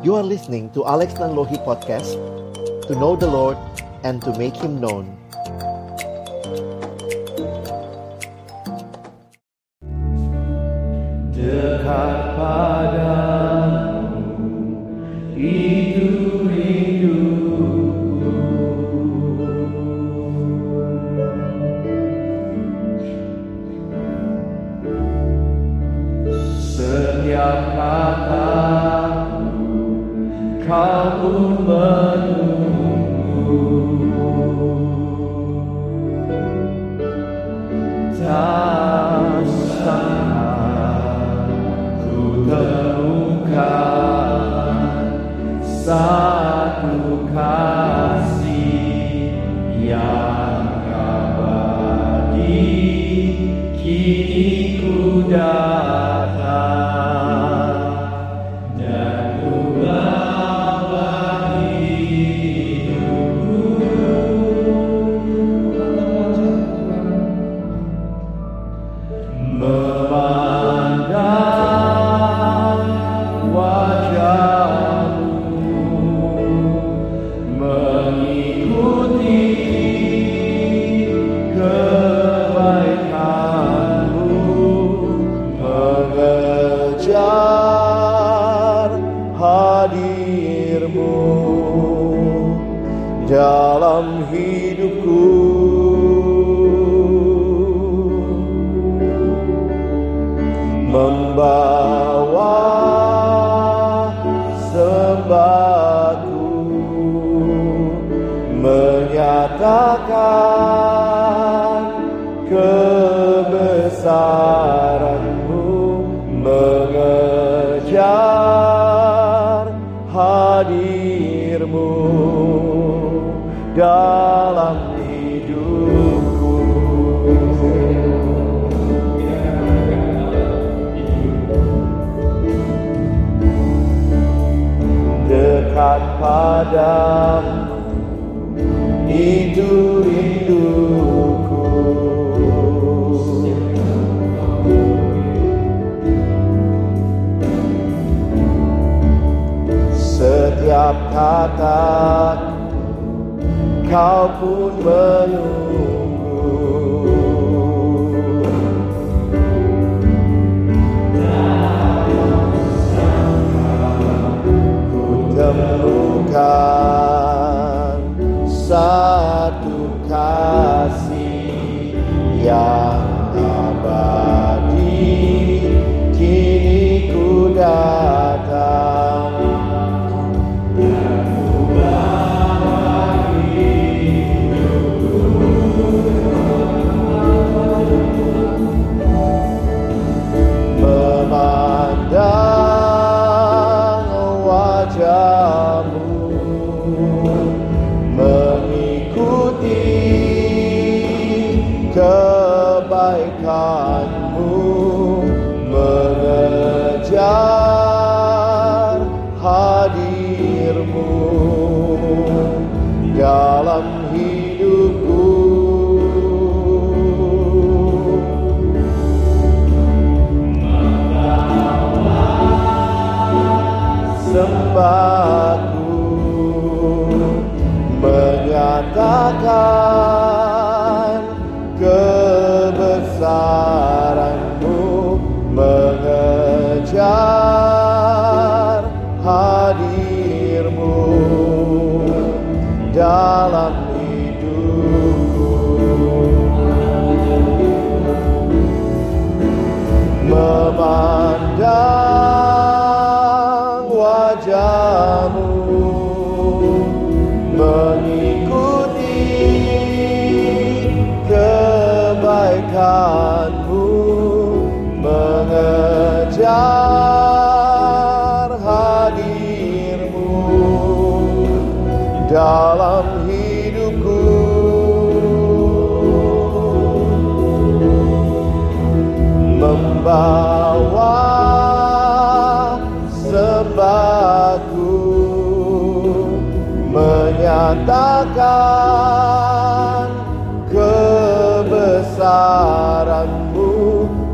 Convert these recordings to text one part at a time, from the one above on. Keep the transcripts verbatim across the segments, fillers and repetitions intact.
You are listening to Alex Nanlohi Podcast, to know the Lord and to make Him known. Dekat padamu, itu rinduku. Setiap katamu, kau pun menunggu. Tak sangka ku temukan satu kasih yang abadi. Kini ku datang dan ku lambang hidupku. Memandang wajahmu, mengikuti kebaikanmu, mengejar hadirmu dalam hidupku. Membawa sembahku, menyatakan kebesaranmu, mengejar hadirmu dalam hidupku. Dekat padamu, itu rinduku. Setiap kataku, kau pun menunggu. Temukan satu kasih yang abadi. Kini ku datang dan ku lambang hidupku. Memandang wajahmu, mengikuti kebaikanmu, mengejar hadirmu dalam hidupku. Sembahku, menyatakan kebesaranmu, mengejar hadirmu dalam hidupku. Memandang wajahmu, mengikuti kebaikanmu, mengejar hadirmu dalam hidupku. Membawa sembahku, menyatakan kebesaranmu,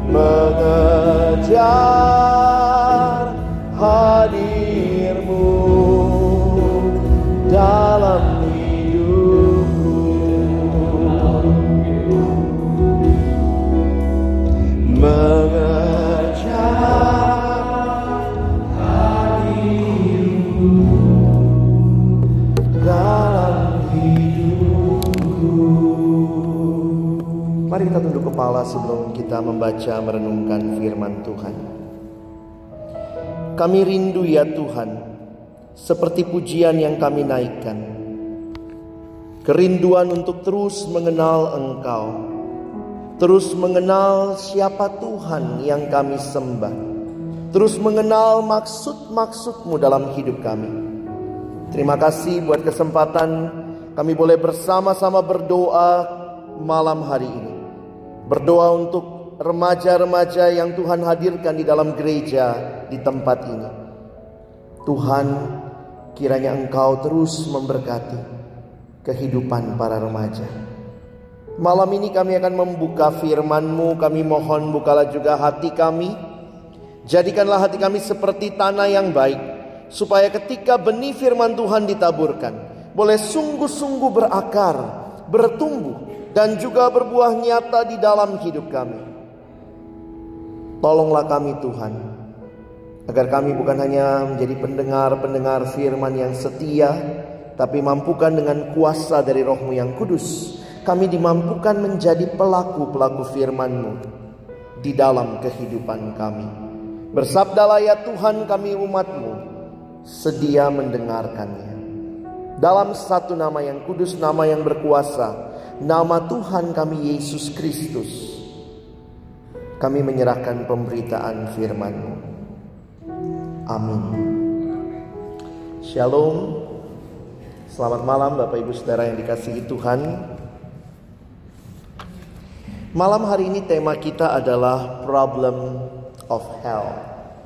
mengejar hadirmu mengejar hatimu dalam hidupku. Mari kita tunduk kepala sebelum kita membaca merenungkan firman Tuhan. Kami rindu ya Tuhan, seperti pujian yang kami naikkan, kerinduan untuk terus mengenal Engkau, terus mengenal siapa Tuhan yang kami sembah, terus mengenal maksud-maksud-Mu dalam hidup kami. Terima kasih buat kesempatan kami boleh bersama-sama berdoa malam hari ini. Berdoa untuk remaja-remaja yang Tuhan hadirkan di dalam gereja di tempat ini. Tuhan, kiranya Engkau terus memberkati kehidupan para remaja. Malam ini kami akan membuka firman-Mu. Kami mohon bukalah juga hati kami. Jadikanlah hati kami seperti tanah yang baik, supaya ketika benih firman Tuhan ditaburkan, boleh sungguh-sungguh berakar, bertumbuh, dan juga berbuah nyata di dalam hidup kami. Tolonglah kami Tuhan, agar kami bukan hanya menjadi pendengar-pendengar firman yang setia, tapi mampukan dengan kuasa dari Roh-Mu yang kudus, kami dimampukan menjadi pelaku-pelaku firman-Mu di dalam kehidupan kami. Bersabdalah ya Tuhan, kami umat-Mu sedia mendengarkannya. Dalam satu nama yang kudus, nama yang berkuasa, nama Tuhan kami Yesus Kristus, kami menyerahkan pemberitaan firman-Mu. Amin. Shalom. Selamat malam Bapak Ibu Saudara yang dikasihi Tuhan. Malam hari ini tema kita adalah Problem of Hell.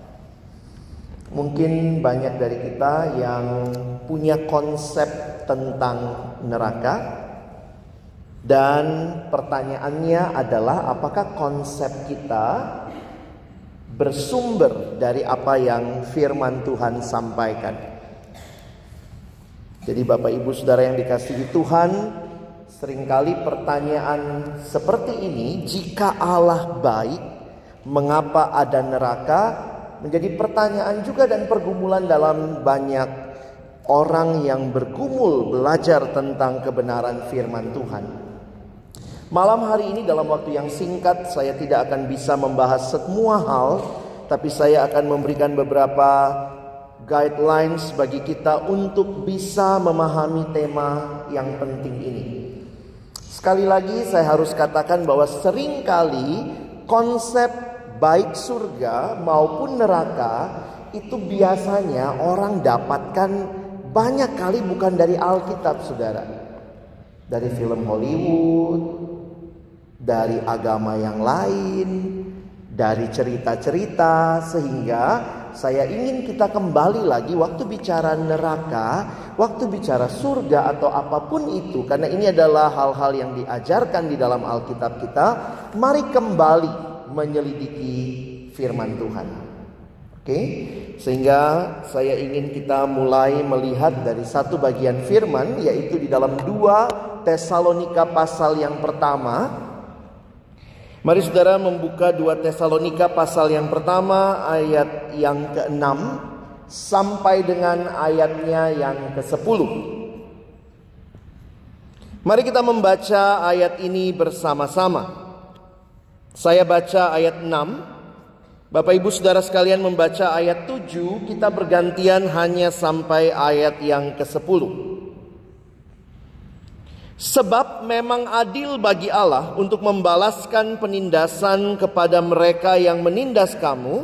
Mungkin banyak dari kita yang punya konsep tentang neraka. Dan pertanyaannya adalah, apakah konsep kita bersumber dari apa yang firman Tuhan sampaikan? Jadi Bapak Ibu Saudara yang dikasihi Tuhan, seringkali pertanyaan seperti ini, jika Allah baik, mengapa ada neraka? Menjadi pertanyaan juga dan pergumulan dalam banyak orang yang bergumul belajar tentang kebenaran firman Tuhan. Malam hari ini dalam waktu yang singkat saya tidak akan bisa membahas semua hal, tapi saya akan memberikan beberapa guidelines bagi kita untuk bisa memahami tema yang penting ini. Sekali lagi saya harus katakan bahwa seringkali konsep baik surga maupun neraka itu biasanya orang dapatkan banyak kali bukan dari Alkitab, saudara. Dari film Hollywood, dari agama yang lain, dari cerita-cerita, sehingga saya ingin kita kembali lagi waktu bicara neraka, waktu bicara surga atau apapun itu, karena ini adalah hal-hal yang diajarkan di dalam Alkitab kita. Mari kembali menyelidiki firman Tuhan. Oke, sehingga saya ingin kita mulai melihat dari satu bagian firman, yaitu di dalam dua Tesalonika pasal yang pertama. Mari saudara membuka dua Tesalonika pasal yang pertama ayat yang keenam sampai dengan ayatnya yang kesepuluh. Mari kita membaca ayat ini bersama-sama. Saya baca ayat enam, Bapak Ibu Saudara sekalian membaca ayat tujuh, kita bergantian hanya sampai ayat yang kesepuluh. Sebab memang adil bagi Allah untuk membalaskan penindasan kepada mereka yang menindas kamu,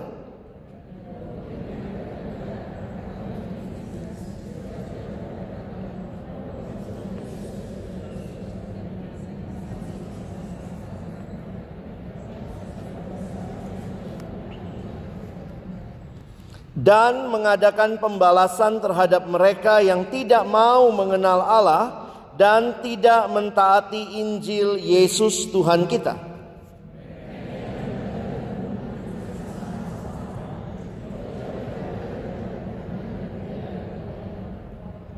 dan mengadakan pembalasan terhadap mereka yang tidak mau mengenal Allah dan tidak mentaati Injil Yesus Tuhan kita.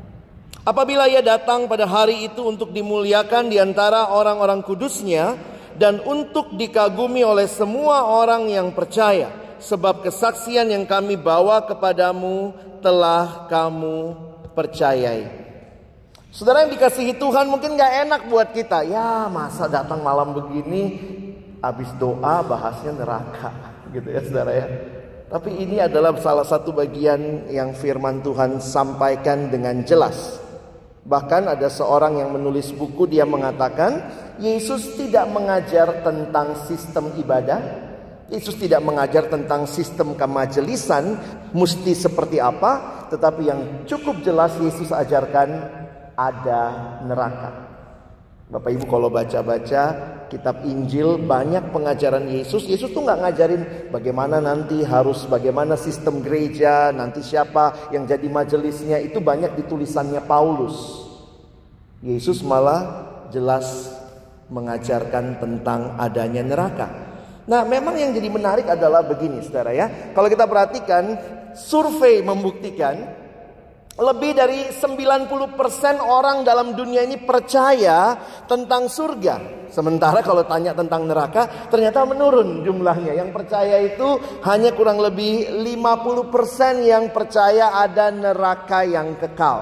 Apabila ia datang pada hari itu untuk dimuliakan di antara orang-orang kudusnya dan untuk dikagumi oleh semua orang yang percaya, sebab kesaksian yang kami bawa kepadamu telah kamu percayai. Saudara yang dikasihi Tuhan, mungkin gak enak buat kita. Ya masa datang malam begini, habis doa bahasnya neraka, gitu ya saudara ya. Tapi ini adalah salah satu bagian yang firman Tuhan sampaikan dengan jelas. Bahkan ada seorang yang menulis buku, dia mengatakan Yesus tidak mengajar tentang sistem ibadah, Yesus tidak mengajar tentang sistem kemajelisan mesti seperti apa, tetapi yang cukup jelas Yesus ajarkan ada neraka. Bapak Ibu kalau baca-baca kitab Injil, banyak pengajaran Yesus. Yesus tuh gak ngajarin bagaimana nanti harus, bagaimana sistem gereja, nanti siapa yang jadi majelisnya. Itu banyak di tulisannya Paulus. Yesus malah jelas mengajarkan tentang adanya neraka. Nah memang yang jadi menarik adalah begini saudara ya. Kalau kita perhatikan, survei membuktikan lebih dari sembilan puluh persen orang dalam dunia ini percaya tentang surga. Sementara kalau tanya tentang neraka, ternyata menurun jumlahnya. Yang percaya itu hanya kurang lebih lima puluh persen yang percaya ada neraka yang kekal.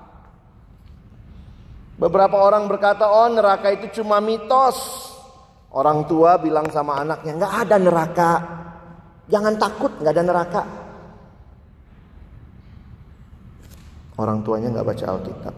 Beberapa orang berkata, oh neraka itu cuma mitos. Orang tua bilang sama anaknya, gak ada neraka. Jangan takut, gak ada neraka. Orang tuanya gak baca Alkitab.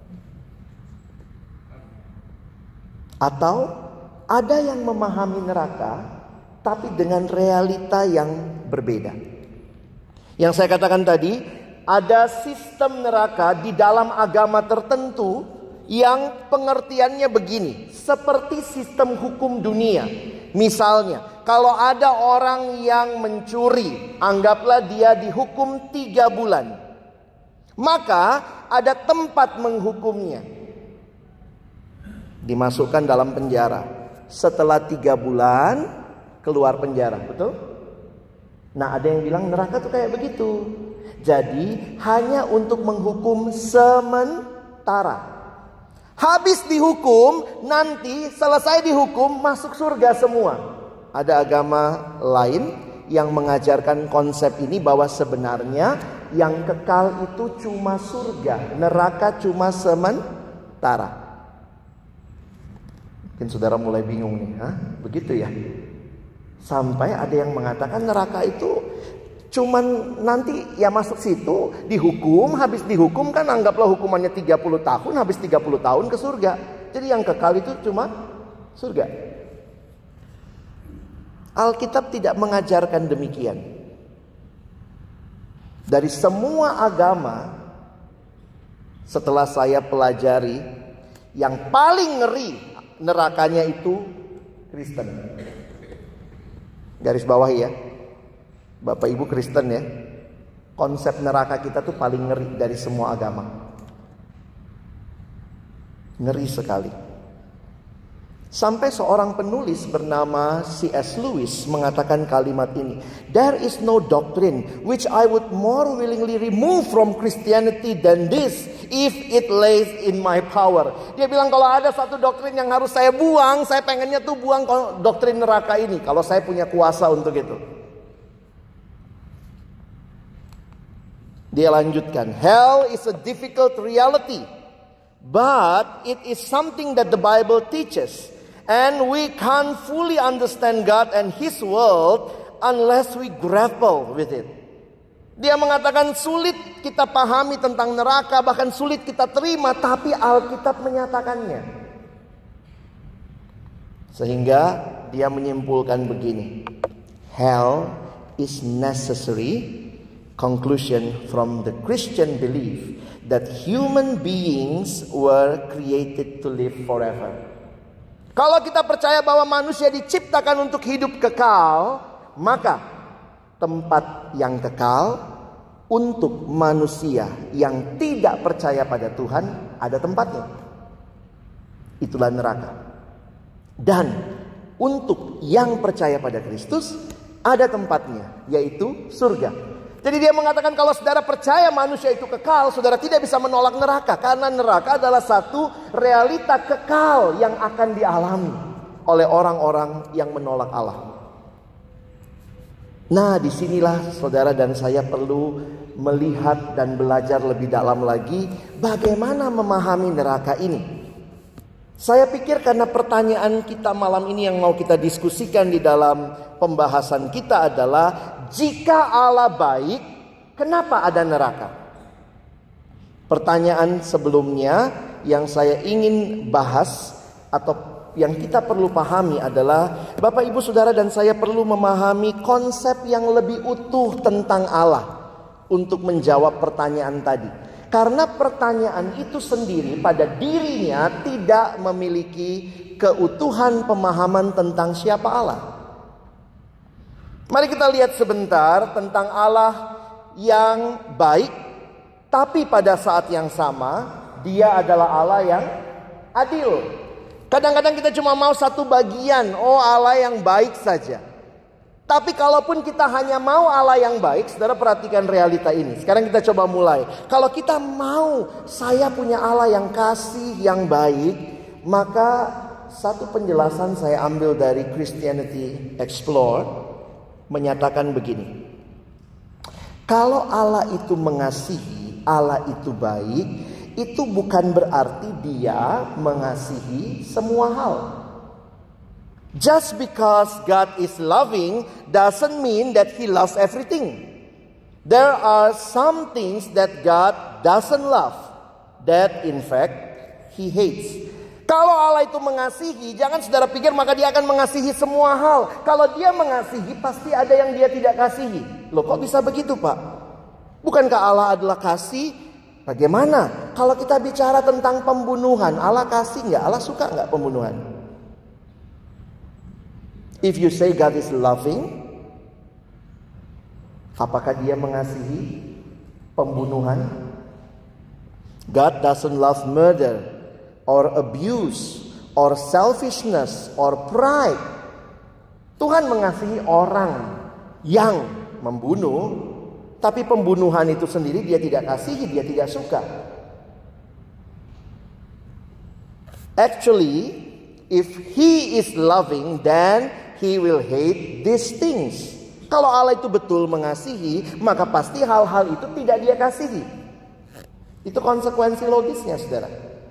Atau ada yang memahami neraka tapi dengan realita yang berbeda. Yang saya katakan tadi, ada sistem neraka di dalam agama tertentu yang pengertiannya begini, seperti sistem hukum dunia. Misalnya, kalau ada orang yang mencuri, anggaplah dia dihukum tiga bulan. Maka ada tempat menghukumnya, dimasukkan dalam penjara. Setelah tiga bulan keluar penjara, betul? Nah ada yang bilang neraka tuh kayak begitu. Jadi hanya untuk menghukum sementara. Habis dihukum, nanti selesai dihukum masuk surga semua. Ada agama lain yang mengajarkan konsep ini, bahwa sebenarnya yang kekal itu cuma surga, neraka cuma sementara. Mungkin saudara mulai bingung nih, hah? Begitu ya? Sampai ada yang mengatakan neraka itu cuman nanti ya masuk situ, dihukum, habis dihukum kan anggaplah hukumannya tiga puluh tahun, habis tiga puluh tahun ke surga. Jadi yang kekal itu cuma surga. Alkitab tidak mengajarkan demikian. Dari semua agama, setelah saya pelajari, yang paling ngeri nerakanya itu Kristen. Garis bawahi ya, Bapak Ibu Kristen ya. Konsep neraka kita tuh paling ngeri dari semua agama. Ngeri sekali. Sampai seorang penulis bernama C S Lewis mengatakan kalimat ini. There is no doctrine which I would more willingly remove from Christianity than this, if it lays in my power. Dia bilang kalau ada satu doktrin yang harus saya buang, saya pengennya tuh buang doktrin neraka ini, kalau saya punya kuasa untuk itu. Dia lanjutkan, hell is a difficult reality, but it is something that the Bible teaches. And we can't fully understand God and His world unless we grapple with it. Dia mengatakan sulit kita pahami tentang neraka, bahkan sulit kita terima, tapi Alkitab menyatakannya. Sehingga dia menyimpulkan begini, hell is necessary conclusion from the Christian belief that human beings were created to live forever. Kalau kita percaya bahwa manusia diciptakan untuk hidup kekal, maka tempat yang kekal untuk manusia yang tidak percaya pada Tuhan ada tempatnya. Itulah neraka. Dan untuk yang percaya pada Kristus ada tempatnya, yaitu surga. Jadi dia mengatakan kalau saudara percaya manusia itu kekal, saudara tidak bisa menolak neraka. Karena neraka adalah satu realita kekal yang akan dialami. oleh orang-orang yang menolak Allah. Nah, disinilah saudara dan saya perlu melihat dan belajar lebih dalam lagi bagaimana memahami neraka ini. Saya pikir karena pertanyaan kita malam ini yang mau kita diskusikan di dalam pembahasan kita adalah, jika Allah baik, kenapa ada neraka? Pertanyaan sebelumnya yang saya ingin bahas atau yang kita perlu pahami adalah, Bapak Ibu Saudara dan saya perlu memahami konsep yang lebih utuh tentang Allah untuk menjawab pertanyaan tadi. Karena pertanyaan itu sendiri pada dirinya tidak memiliki keutuhan pemahaman tentang siapa Allah. Mari kita lihat sebentar tentang Allah yang baik, tapi pada saat yang sama Dia adalah Allah yang adil. Kadang-kadang kita cuma mau satu bagian, oh Allah yang baik saja. Tapi kalaupun kita hanya mau Allah yang baik, saudara perhatikan realita ini. Sekarang kita coba mulai. Kalau kita mau saya punya Allah yang kasih, yang baik, maka satu penjelasan saya ambil dari Christianity Explored menyatakan begini. Kalau Allah itu mengasihi, Allah itu baik, itu bukan berarti Dia mengasihi semua hal. Just because God is loving doesn't mean that He loves everything. There are some things that God doesn't love, that in fact He hates. Kalau Allah itu mengasihi, jangan saudara pikir maka Dia akan mengasihi semua hal. Kalau Dia mengasihi, pasti ada yang Dia tidak kasihi. Loh, kok bisa begitu, Pak? Bukankah Allah adalah kasih? Bagaimana kalau kita bicara tentang pembunuhan? Allah kasih nggak? Allah suka nggak pembunuhan? If you say God is loving, apakah Dia mengasihi pembunuhan? God doesn't love murder or abuse or selfishness or pride. Tuhan mengasihi orang yang membunuh, tapi pembunuhan itu sendiri Dia tidak kasihi, Dia tidak suka. Actually, if He is loving, then He will hate these things. Kalau Allah itu betul mengasihi, maka pasti hal-hal itu tidak Dia kasihi. Itu konsekuensi logisnya, saudara.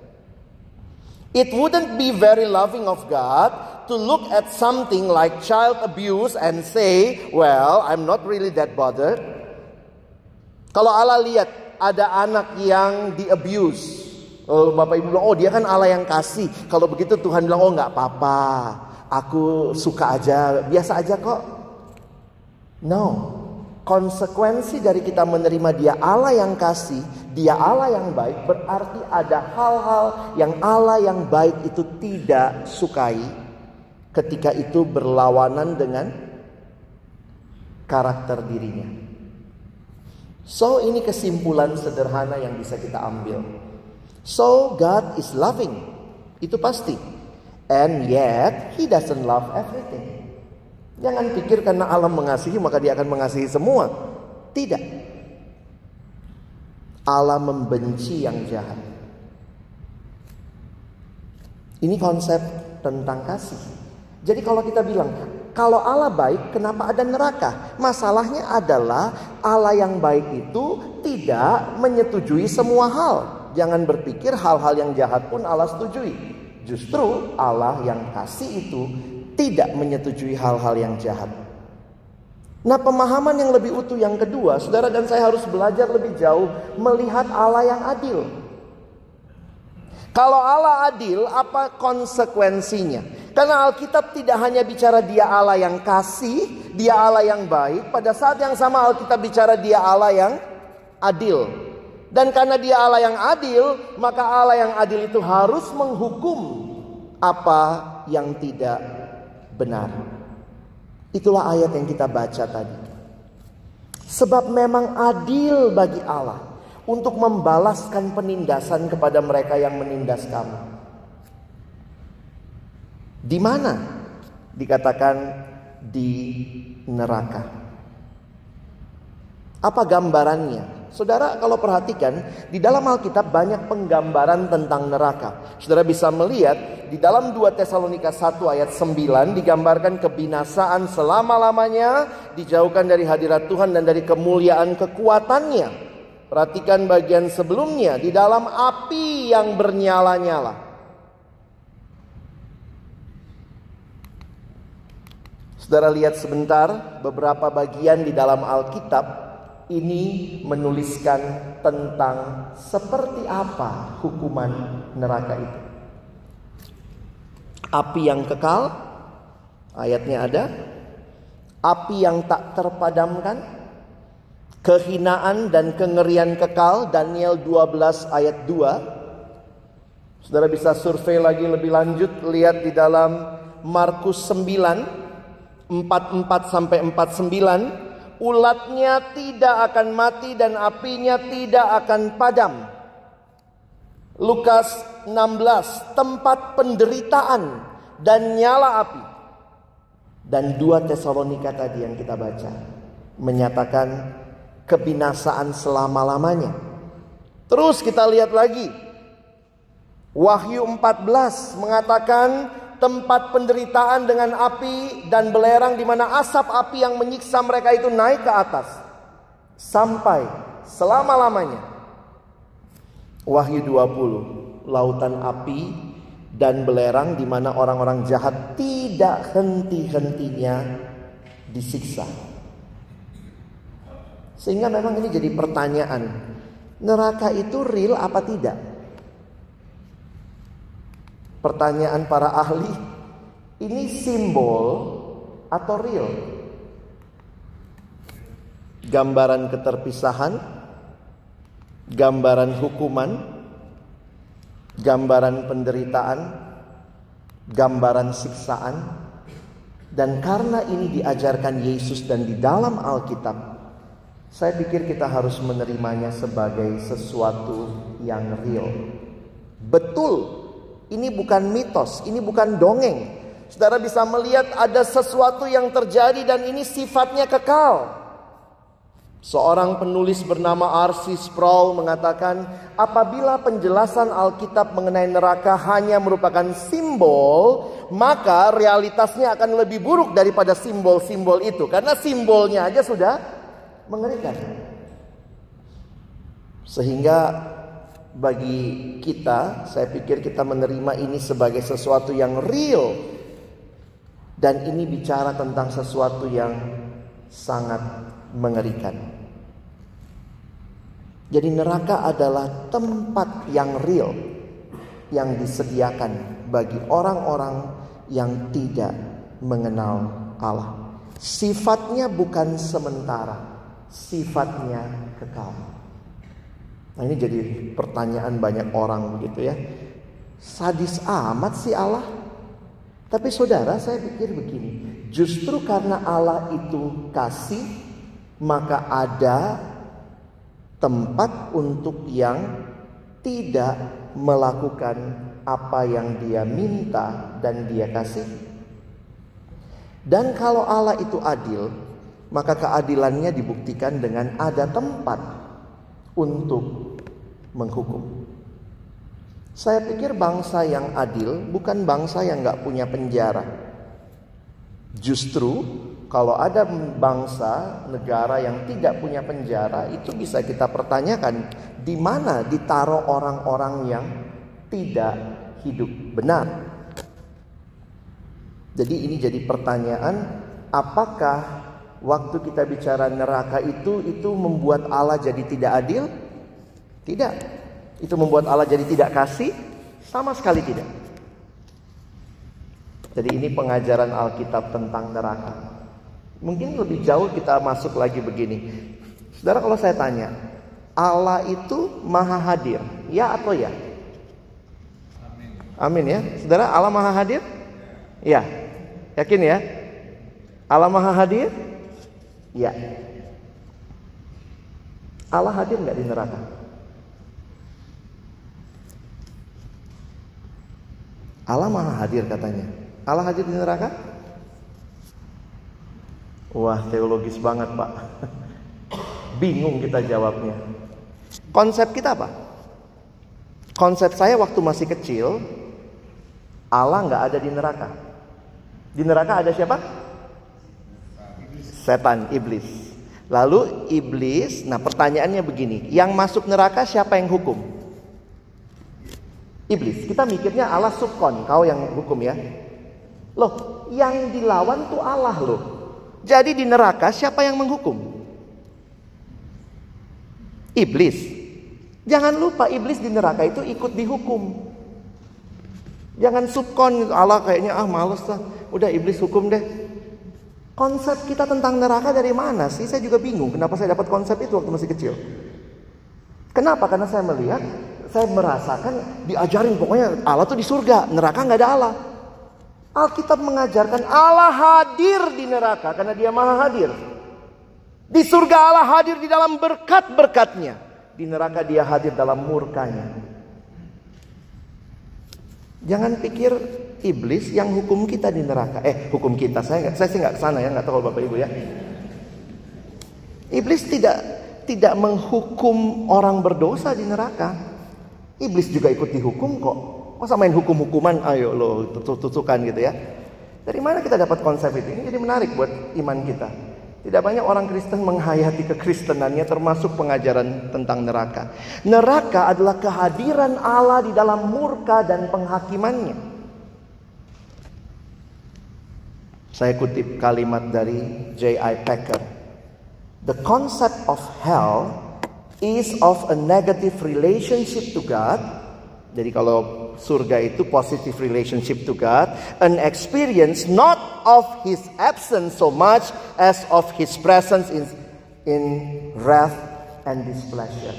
It wouldn't be very loving of God to look at something like child abuse and say, well, I'm not really that bothered. Kalau Allah lihat ada anak yang di-abuse, oh, Bapak Ibu bilang, oh dia kan Allah yang kasih. Kalau begitu Tuhan bilang, oh gak apa-apa, aku suka aja, biasa aja kok. No, konsekuensi dari kita menerima Dia Allah yang kasih, Dia Allah yang baik, berarti ada hal-hal yang Allah yang baik itu tidak sukai ketika itu berlawanan dengan karakter dirinya. So ini kesimpulan sederhana yang bisa kita ambil. So God is loving, itu pasti. And yet He doesn't love everything. Jangan pikir karena Allah mengasihi maka Dia akan mengasihi semua. Tidak. Allah membenci yang jahat. Ini konsep tentang kasih. Jadi kalau kita bilang, kalau Allah baik, kenapa ada neraka? Masalahnya adalah Allah yang baik itu tidak menyetujui semua hal. Jangan berpikir hal-hal yang jahat pun Allah setujui. Justru Allah yang kasih itu tidak menyetujui hal-hal yang jahat. Nah, pemahaman yang lebih utuh yang kedua, saudara dan saya harus belajar lebih jauh melihat Allah yang adil. Kalau Allah adil, apa konsekuensinya? Karena Alkitab tidak hanya bicara Dia Allah yang kasih, Dia Allah yang baik. Pada saat yang sama Alkitab bicara Dia Allah yang adil. Dan karena Dia Allah yang adil, maka Allah yang adil itu harus menghukum apa yang tidak benar. Itulah ayat yang kita baca tadi. Sebab memang adil bagi Allah untuk membalaskan penindasan kepada mereka yang menindas kamu. Di mana? Dikatakan di neraka. Apa gambarannya? Saudara kalau perhatikan, di dalam Alkitab banyak penggambaran tentang neraka. Saudara bisa melihat di dalam dua Tesalonika satu ayat sembilan digambarkan kebinasaan selama-lamanya, dijauhkan dari hadirat Tuhan dan dari kemuliaan kekuatannya. Perhatikan bagian sebelumnya, di dalam api yang bernyala-nyala. Saudara lihat sebentar beberapa bagian di dalam Alkitab. Ini menuliskan tentang seperti apa hukuman neraka itu. Api yang kekal, ayatnya ada. Api yang tak terpadamkan, kehinaan dan kengerian kekal, Daniel dua belas ayat dua. Saudara bisa survei lagi lebih lanjut, lihat di dalam Markus sembilan, empat puluh empat sampai empat puluh sembilan. Ulatnya tidak akan mati dan apinya tidak akan padam. Lukas enam belas, tempat penderitaan dan nyala api. Dan dua Tesalonika tadi yang kita baca menyatakan kebinasaan selama-lamanya. Terus kita lihat lagi, Wahyu empat belas mengatakan tempat penderitaan dengan api dan belerang, di mana asap api yang menyiksa mereka itu naik ke atas sampai selama-lamanya. Wahyu dua puluh, lautan api dan belerang, di mana orang-orang jahat tidak henti-hentinya disiksa. Sehingga memang ini jadi pertanyaan, neraka itu real apa tidak? Pertanyaan para ahli, ini simbol atau real? Gambaran keterpisahan, gambaran hukuman, gambaran penderitaan, gambaran siksaan. Dan karena ini diajarkan Yesus dan di dalam Alkitab, saya pikir kita harus menerimanya sebagai sesuatu yang real. Betul. Ini bukan mitos, ini bukan dongeng. Saudara bisa melihat ada sesuatu yang terjadi dan ini sifatnya kekal. Seorang penulis bernama R C Sproul mengatakan, apabila penjelasan Alkitab mengenai neraka hanya merupakan simbol, maka realitasnya akan lebih buruk daripada simbol-simbol itu. Karena simbolnya aja sudah mengerikan. Sehingga bagi kita, saya pikir kita menerima ini sebagai sesuatu yang real. Dan ini bicara tentang sesuatu yang sangat mengerikan. Jadi neraka adalah tempat yang real, yang disediakan bagi orang-orang yang tidak mengenal Allah. Sifatnya bukan sementara, sifatnya kekal. Nah ini jadi pertanyaan banyak orang begitu ya. Sadis amat sih Allah. Tapi saudara, saya pikir begini, justru karena Allah itu kasih, maka ada tempat untuk yang tidak melakukan apa yang dia minta dan dia kasih. Dan kalau Allah itu adil, maka keadilannya dibuktikan dengan ada tempat untuk menghukum. Saya pikir bangsa yang adil bukan bangsa yang gak punya penjara. Justru kalau ada bangsa, negara yang tidak punya penjara, itu bisa kita pertanyakan, di mana ditaruh orang-orang yang tidak hidup benar. Jadi ini jadi pertanyaan, apakah waktu kita bicara neraka itu, itu membuat Allah jadi tidak adil? Tidak. Itu membuat Allah jadi tidak kasih? Sama sekali tidak. Jadi ini pengajaran Alkitab tentang neraka. Mungkin lebih jauh kita masuk lagi begini. Saudara, kalau saya tanya, Allah itu maha hadir, ya atau ya? Amin. Amin ya. Saudara, Allah maha hadir? Ya. Yakin ya? Allah maha hadir? Ya. Allah hadir nggak di neraka? Allah maha hadir katanya. Allah hadir di neraka? Wah, teologis banget Pak. Bingung kita jawabnya. Konsep kita apa? Konsep saya waktu masih kecil, Allah nggak ada di neraka. Di neraka ada siapa? Setan, iblis. Lalu iblis, nah pertanyaannya begini, yang masuk neraka siapa yang hukum? Iblis. Kita mikirnya Allah subkon, kau yang hukum ya. Loh, yang dilawan tuh Allah loh. Jadi di neraka siapa yang menghukum? Iblis. Jangan lupa iblis di neraka itu ikut dihukum. Jangan subkon, Allah kayaknya ah males lah, udah iblis hukum deh. Konsep kita tentang neraka dari mana sih? Saya juga bingung kenapa saya dapat konsep itu waktu masih kecil. Kenapa? Karena saya melihat, saya merasakan diajarin pokoknya Allah tuh di surga, neraka nggak ada Allah. Alkitab mengajarkan Allah hadir di neraka karena Dia Maha Hadir. Di surga Allah hadir di dalam berkat-berkatnya. Di neraka Dia hadir dalam murkanya. Jangan pikir iblis yang hukum kita di neraka. Eh, hukum kita. Saya saya sih nggak kesana ya, nggak tahu Bapak Ibu ya. Iblis tidak tidak menghukum orang berdosa di neraka. Iblis juga ikut dihukum kok. Masa main hukum-hukuman, ayo lo tutukan gitu ya. Dari mana kita dapat konsep itu? Ini jadi menarik buat iman kita. Tidak banyak orang Kristen menghayati kekristenannya termasuk pengajaran tentang neraka. Neraka adalah kehadiran Allah di dalam murka dan penghakimannya. Saya kutip kalimat dari J I Packer. The concept of hell is of a negative relationship to God. Jadi kalau surga itu positive relationship to God, an experience not of His absence so much as of His presence in in wrath and displeasure.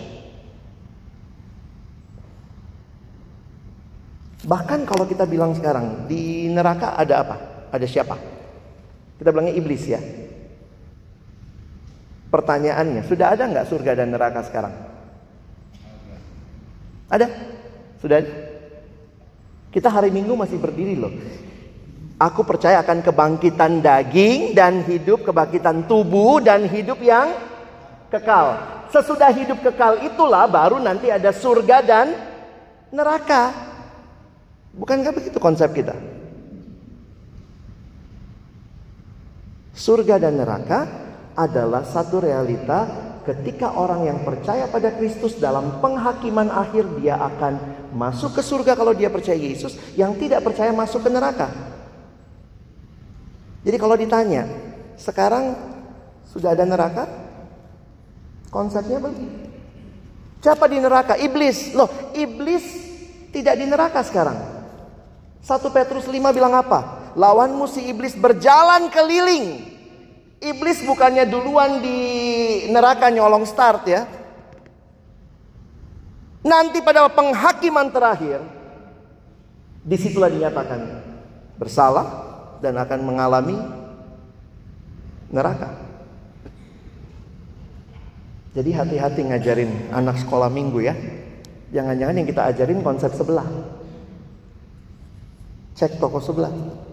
Bahkan kalau kita bilang sekarang di neraka ada apa? Ada siapa? Kita bilangnya iblis ya. Pertanyaannya, sudah ada nggak surga dan neraka sekarang? Ada? Sudah ada? Kita hari Minggu masih berdiri loh. Aku percaya akan kebangkitan daging dan hidup, kebangkitan tubuh dan hidup yang kekal. Sesudah hidup kekal itulah baru nanti ada surga dan neraka. Bukankah begitu konsep kita? Surga dan neraka adalah satu realita. Ketika orang yang percaya pada Kristus dalam penghakiman akhir, dia akan masuk ke surga kalau dia percaya Yesus. Yang tidak percaya masuk ke neraka. Jadi kalau ditanya, sekarang sudah ada neraka? Konsepnya begitu. Siapa di neraka? Iblis. Loh, iblis tidak di neraka sekarang. satu Petrus lima bilang apa? Lawanmu si iblis berjalan keliling. Iblis bukannya duluan di neraka nyolong start ya. Nanti pada penghakiman terakhir, disitulah dinyatakan bersalah dan akan mengalami neraka. Jadi hati-hati ngajarin anak sekolah minggu ya. Jangan-jangan yang kita ajarin konsep sebelah. Cek toko sebelah.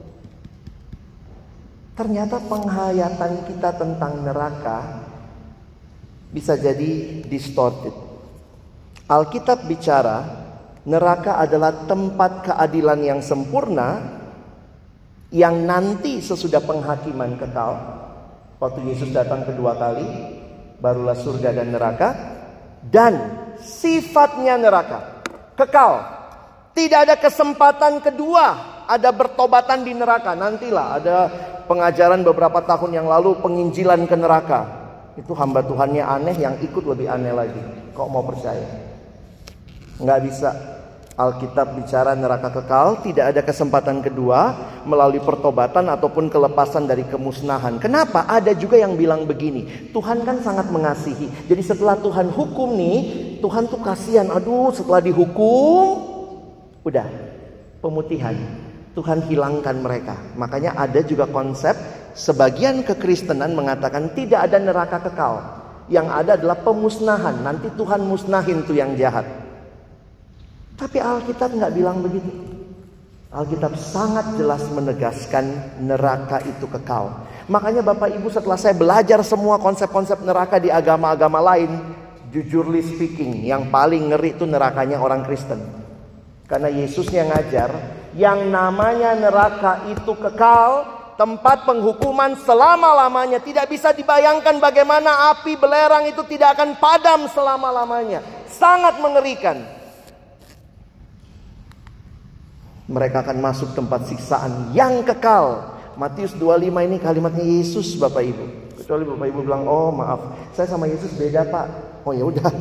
Ternyata penghayatan kita tentang neraka bisa jadi distorted. Alkitab bicara neraka adalah tempat keadilan yang sempurna yang nanti sesudah penghakiman kekal. Waktu Yesus datang kedua kali, barulah surga dan neraka. Dan sifatnya neraka kekal. Tidak ada kesempatan kedua, ada bertobatan di neraka. Nantilah ada pengajaran beberapa tahun yang lalu, penginjilan ke neraka. Itu hamba Tuhannya aneh, yang ikut lebih aneh lagi. Kok mau percaya? Nggak bisa. Alkitab bicara neraka kekal, tidak ada kesempatan kedua melalui pertobatan ataupun kelepasan dari kemusnahan. Kenapa? Ada juga yang bilang begini, Tuhan kan sangat mengasihi. Jadi setelah Tuhan hukum nih, Tuhan tuh kasihan. Aduh, setelah dihukum, udah pemutihan. Tuhan hilangkan mereka. Makanya ada juga konsep sebagian kekristenan mengatakan tidak ada neraka kekal. Yang ada adalah pemusnahan. Nanti Tuhan musnahin tuh yang jahat. Tapi Alkitab nggak bilang begitu. Alkitab sangat jelas menegaskan neraka itu kekal. Makanya Bapak Ibu, setelah saya belajar semua konsep-konsep neraka di agama-agama lain, jujurly speaking, yang paling ngeri itu nerakanya orang Kristen. Karena Yesusnya ngajar, yang namanya neraka itu kekal, tempat penghukuman selama-lamanya. Tidak bisa dibayangkan bagaimana api belerang itu tidak akan padam selama-lamanya. Sangat mengerikan. Mereka akan masuk tempat siksaan yang kekal. Matius dua puluh lima ini kalimatnya Yesus, Bapak Ibu. Kecuali Bapak Ibu bilang, oh maaf, saya sama Yesus beda Pak. Oh ya udah.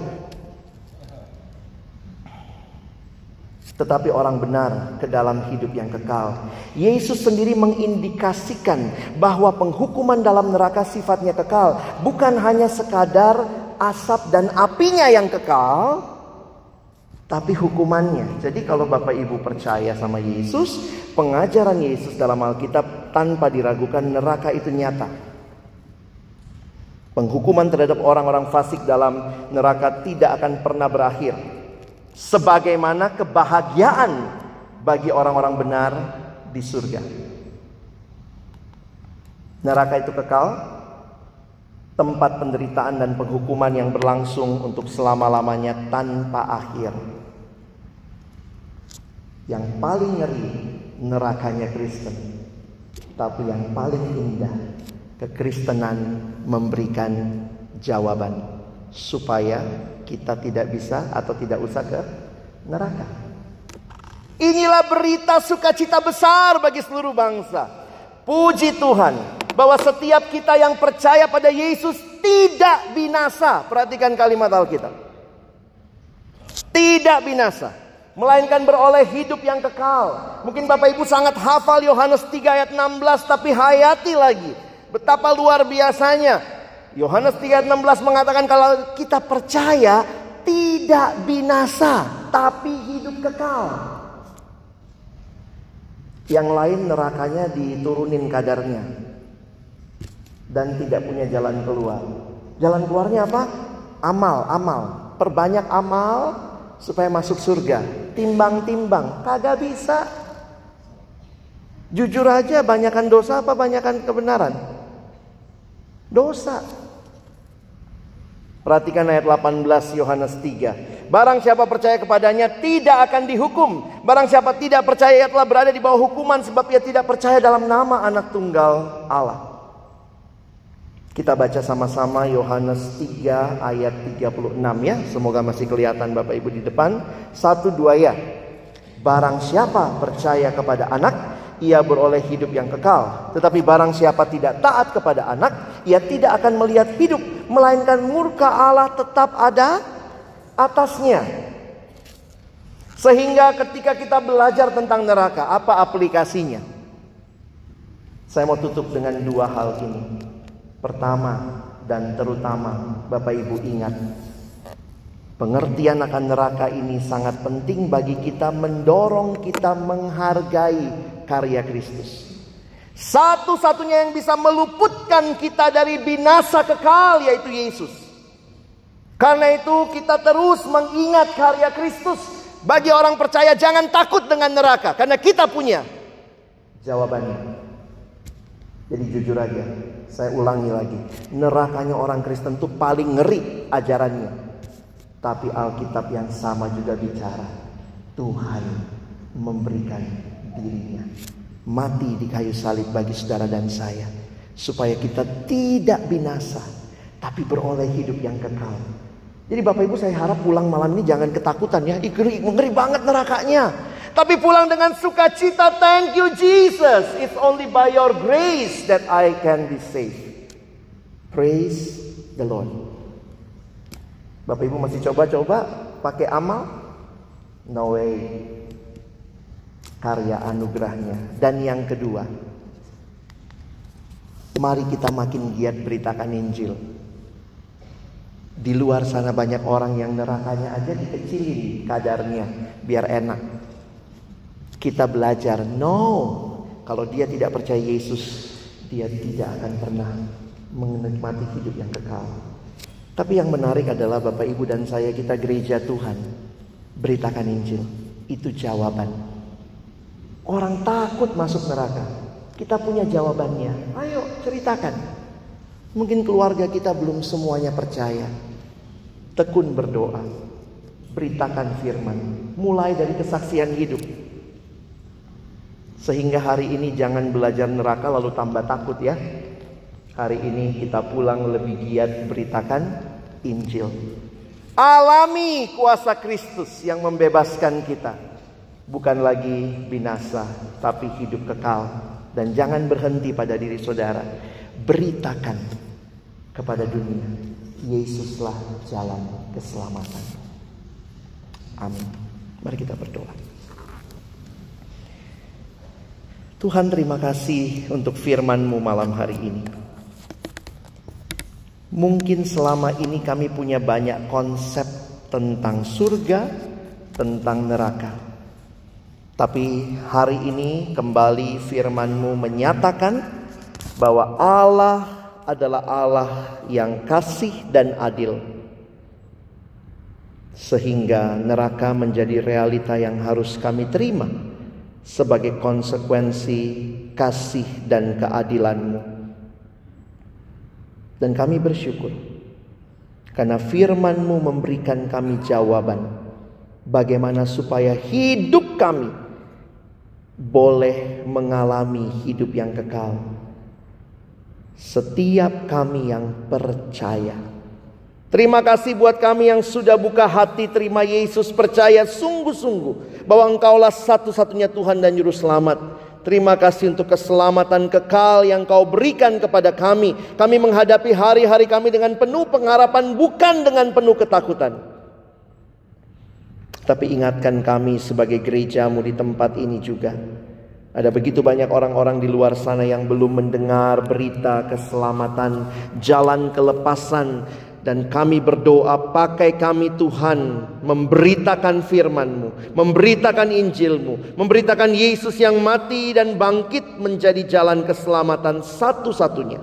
Tetapi orang benar ke dalam hidup yang kekal. Yesus sendiri mengindikasikan bahwa penghukuman dalam neraka sifatnya kekal. Bukan hanya sekadar asap dan apinya yang kekal, tapi hukumannya. Jadi kalau Bapak Ibu percaya sama Yesus, pengajaran Yesus dalam Alkitab tanpa diragukan, neraka itu nyata. Penghukuman terhadap orang-orang fasik dalam neraka tidak akan pernah berakhir. Sebagaimana kebahagiaan bagi orang-orang benar di surga. Neraka itu kekal, tempat penderitaan dan penghukuman yang berlangsung untuk selama-lamanya tanpa akhir. Yang paling ngeri nerakanya Kristen. Tapi yang paling indah, kekristenan memberikan jawaban supaya kita tidak bisa atau tidak usah ke neraka. Inilah berita sukacita besar bagi seluruh bangsa. Puji Tuhan bahwa setiap kita yang percaya pada Yesus tidak binasa. Perhatikan kalimat Alkitab. Tidak binasa, melainkan beroleh hidup yang kekal. Mungkin Bapak Ibu sangat hafal Yohanes tiga ayat enam belas, tapi hayati lagi. Betapa luar biasanya. Yohanes tiga ayat enam belas mengatakan kalau kita percaya tidak binasa, tapi hidup kekal. Yang lain nerakanya diturunin kadarnya dan tidak punya jalan keluar. Jalan keluarnya apa? Amal, amal. Perbanyak amal supaya masuk surga. Timbang-timbang, kagak bisa. Jujur aja, banyakan dosa apa banyakan kebenaran? Dosa. Perhatikan ayat delapan belas Yohanes tiga. Barang siapa percaya kepadanya tidak akan dihukum. Barang siapa tidak percaya ia telah berada di bawah hukuman, sebab ia tidak percaya dalam nama anak tunggal Allah. Kita baca sama-sama Yohanes tiga ayat tiga puluh enam ya. Semoga masih kelihatan Bapak Ibu di depan. Satu dua ya. Barang siapa percaya kepada anak, ia beroleh hidup yang kekal. Tetapi barang siapa tidak taat kepada anak, ia tidak akan melihat hidup, melainkan murka Allah tetap ada atasnya. Sehingga ketika kita belajar tentang neraka, apa aplikasinya? Saya mau tutup dengan dua hal ini. Pertama dan terutama, Bapak Ibu ingat, pengertian akan neraka ini sangat penting bagi kita, mendorong kita menghargai karya Kristus. Satu-satunya yang bisa meluputkan kita dari binasa kekal yaitu Yesus. Karena itu kita terus mengingat karya Kristus. Bagi orang percaya jangan takut dengan neraka, karena kita punya jawabannya. Jadi jujur aja, saya ulangi lagi, nerakanya orang Kristen itu paling ngeri ajarannya. Tapi Alkitab yang sama juga bicara, Tuhan memberikan dirinya mati di kayu salib bagi saudara dan saya, supaya kita tidak binasa, tapi beroleh hidup yang kekal. Jadi Bapak Ibu, saya harap pulang malam ini jangan ketakutan ya, ngeri, ngeri banget nerakanya. Tapi pulang dengan sukacita, thank you Jesus, it's only by your grace that I can be saved. Praise the Lord. Bapak Ibu masih coba-coba pakai amal? No way. Karya anugerahnya. Dan yang kedua, mari kita makin giat beritakan Injil. Di luar sana banyak orang yang nerakanya aja dikecilin kadarnya biar enak. Kita belajar, no, kalau dia tidak percaya Yesus, dia tidak akan pernah menikmati hidup yang kekal. Tapi yang menarik adalah Bapak Ibu dan saya, kita gereja Tuhan, beritakan Injil. Itu jawaban. Orang takut masuk neraka, kita punya jawabannya. Ayo ceritakan. Mungkin keluarga kita belum semuanya percaya. Tekun berdoa, beritakan firman, mulai dari kesaksian hidup. Sehingga hari ini jangan belajar neraka lalu tambah takut ya. Hari ini kita pulang lebih giat beritakan Injil. Alami kuasa Kristus yang membebaskan kita. Bukan lagi binasa, tapi hidup kekal. Dan jangan berhenti pada diri saudara. Beritakan kepada dunia, Yesuslah jalan keselamatan. Amin. Mari kita berdoa. Tuhan, terima kasih untuk firman-Mu malam hari ini. Mungkin selama ini kami punya banyak konsep tentang surga, tentang neraka. Tapi hari ini kembali firman-Mu menyatakan bahwa Allah adalah Allah yang kasih dan adil. Sehingga neraka menjadi realita yang harus kami terima sebagai konsekuensi kasih dan keadilan-Mu. Dan kami bersyukur karena firman-Mu memberikan kami jawaban bagaimana supaya hidup kami boleh mengalami hidup yang kekal. Setiap kami yang percaya. Terima kasih buat kami yang sudah buka hati terima Yesus, percaya sungguh-sungguh bahwa Engkaulah satu-satunya Tuhan dan Juru Selamat. Terima kasih untuk keselamatan kekal yang Kau berikan kepada kami. Kami menghadapi hari-hari kami dengan penuh pengharapan, bukan dengan penuh ketakutan. Tapi ingatkan kami sebagai gereja-Mu di tempat ini juga. Ada begitu banyak orang-orang di luar sana yang belum mendengar berita keselamatan, jalan kelepasan. Dan kami berdoa, pakai kami Tuhan memberitakan firman-Mu, memberitakan Injil-Mu, memberitakan Yesus yang mati dan bangkit menjadi jalan keselamatan satu-satunya.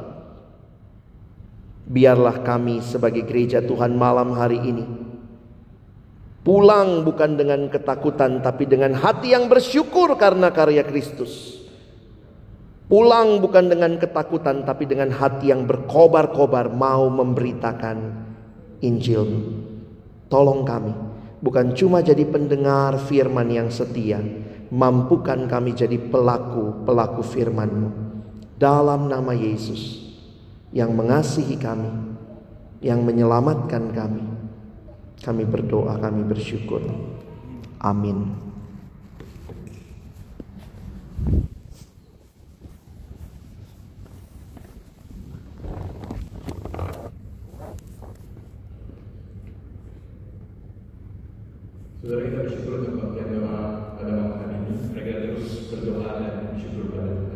Biarlah kami sebagai gereja Tuhan malam hari ini pulang bukan dengan ketakutan, tapi dengan hati yang bersyukur karena karya Kristus. Pulang bukan dengan ketakutan, tapi dengan hati yang berkobar-kobar mau memberitakan Injil. Tolong kami, bukan cuma jadi pendengar firman yang setia, mampukan kami jadi pelaku-pelaku firman-Mu. Dalam nama Yesus yang mengasihi kami, yang menyelamatkan kami, kami berdoa, kami bersyukur. Amin. Saudara, kita bersyukur untuk bagian doa pada malam hari ini. Mereka terus berdoa dan bersyukur pada Tuhan.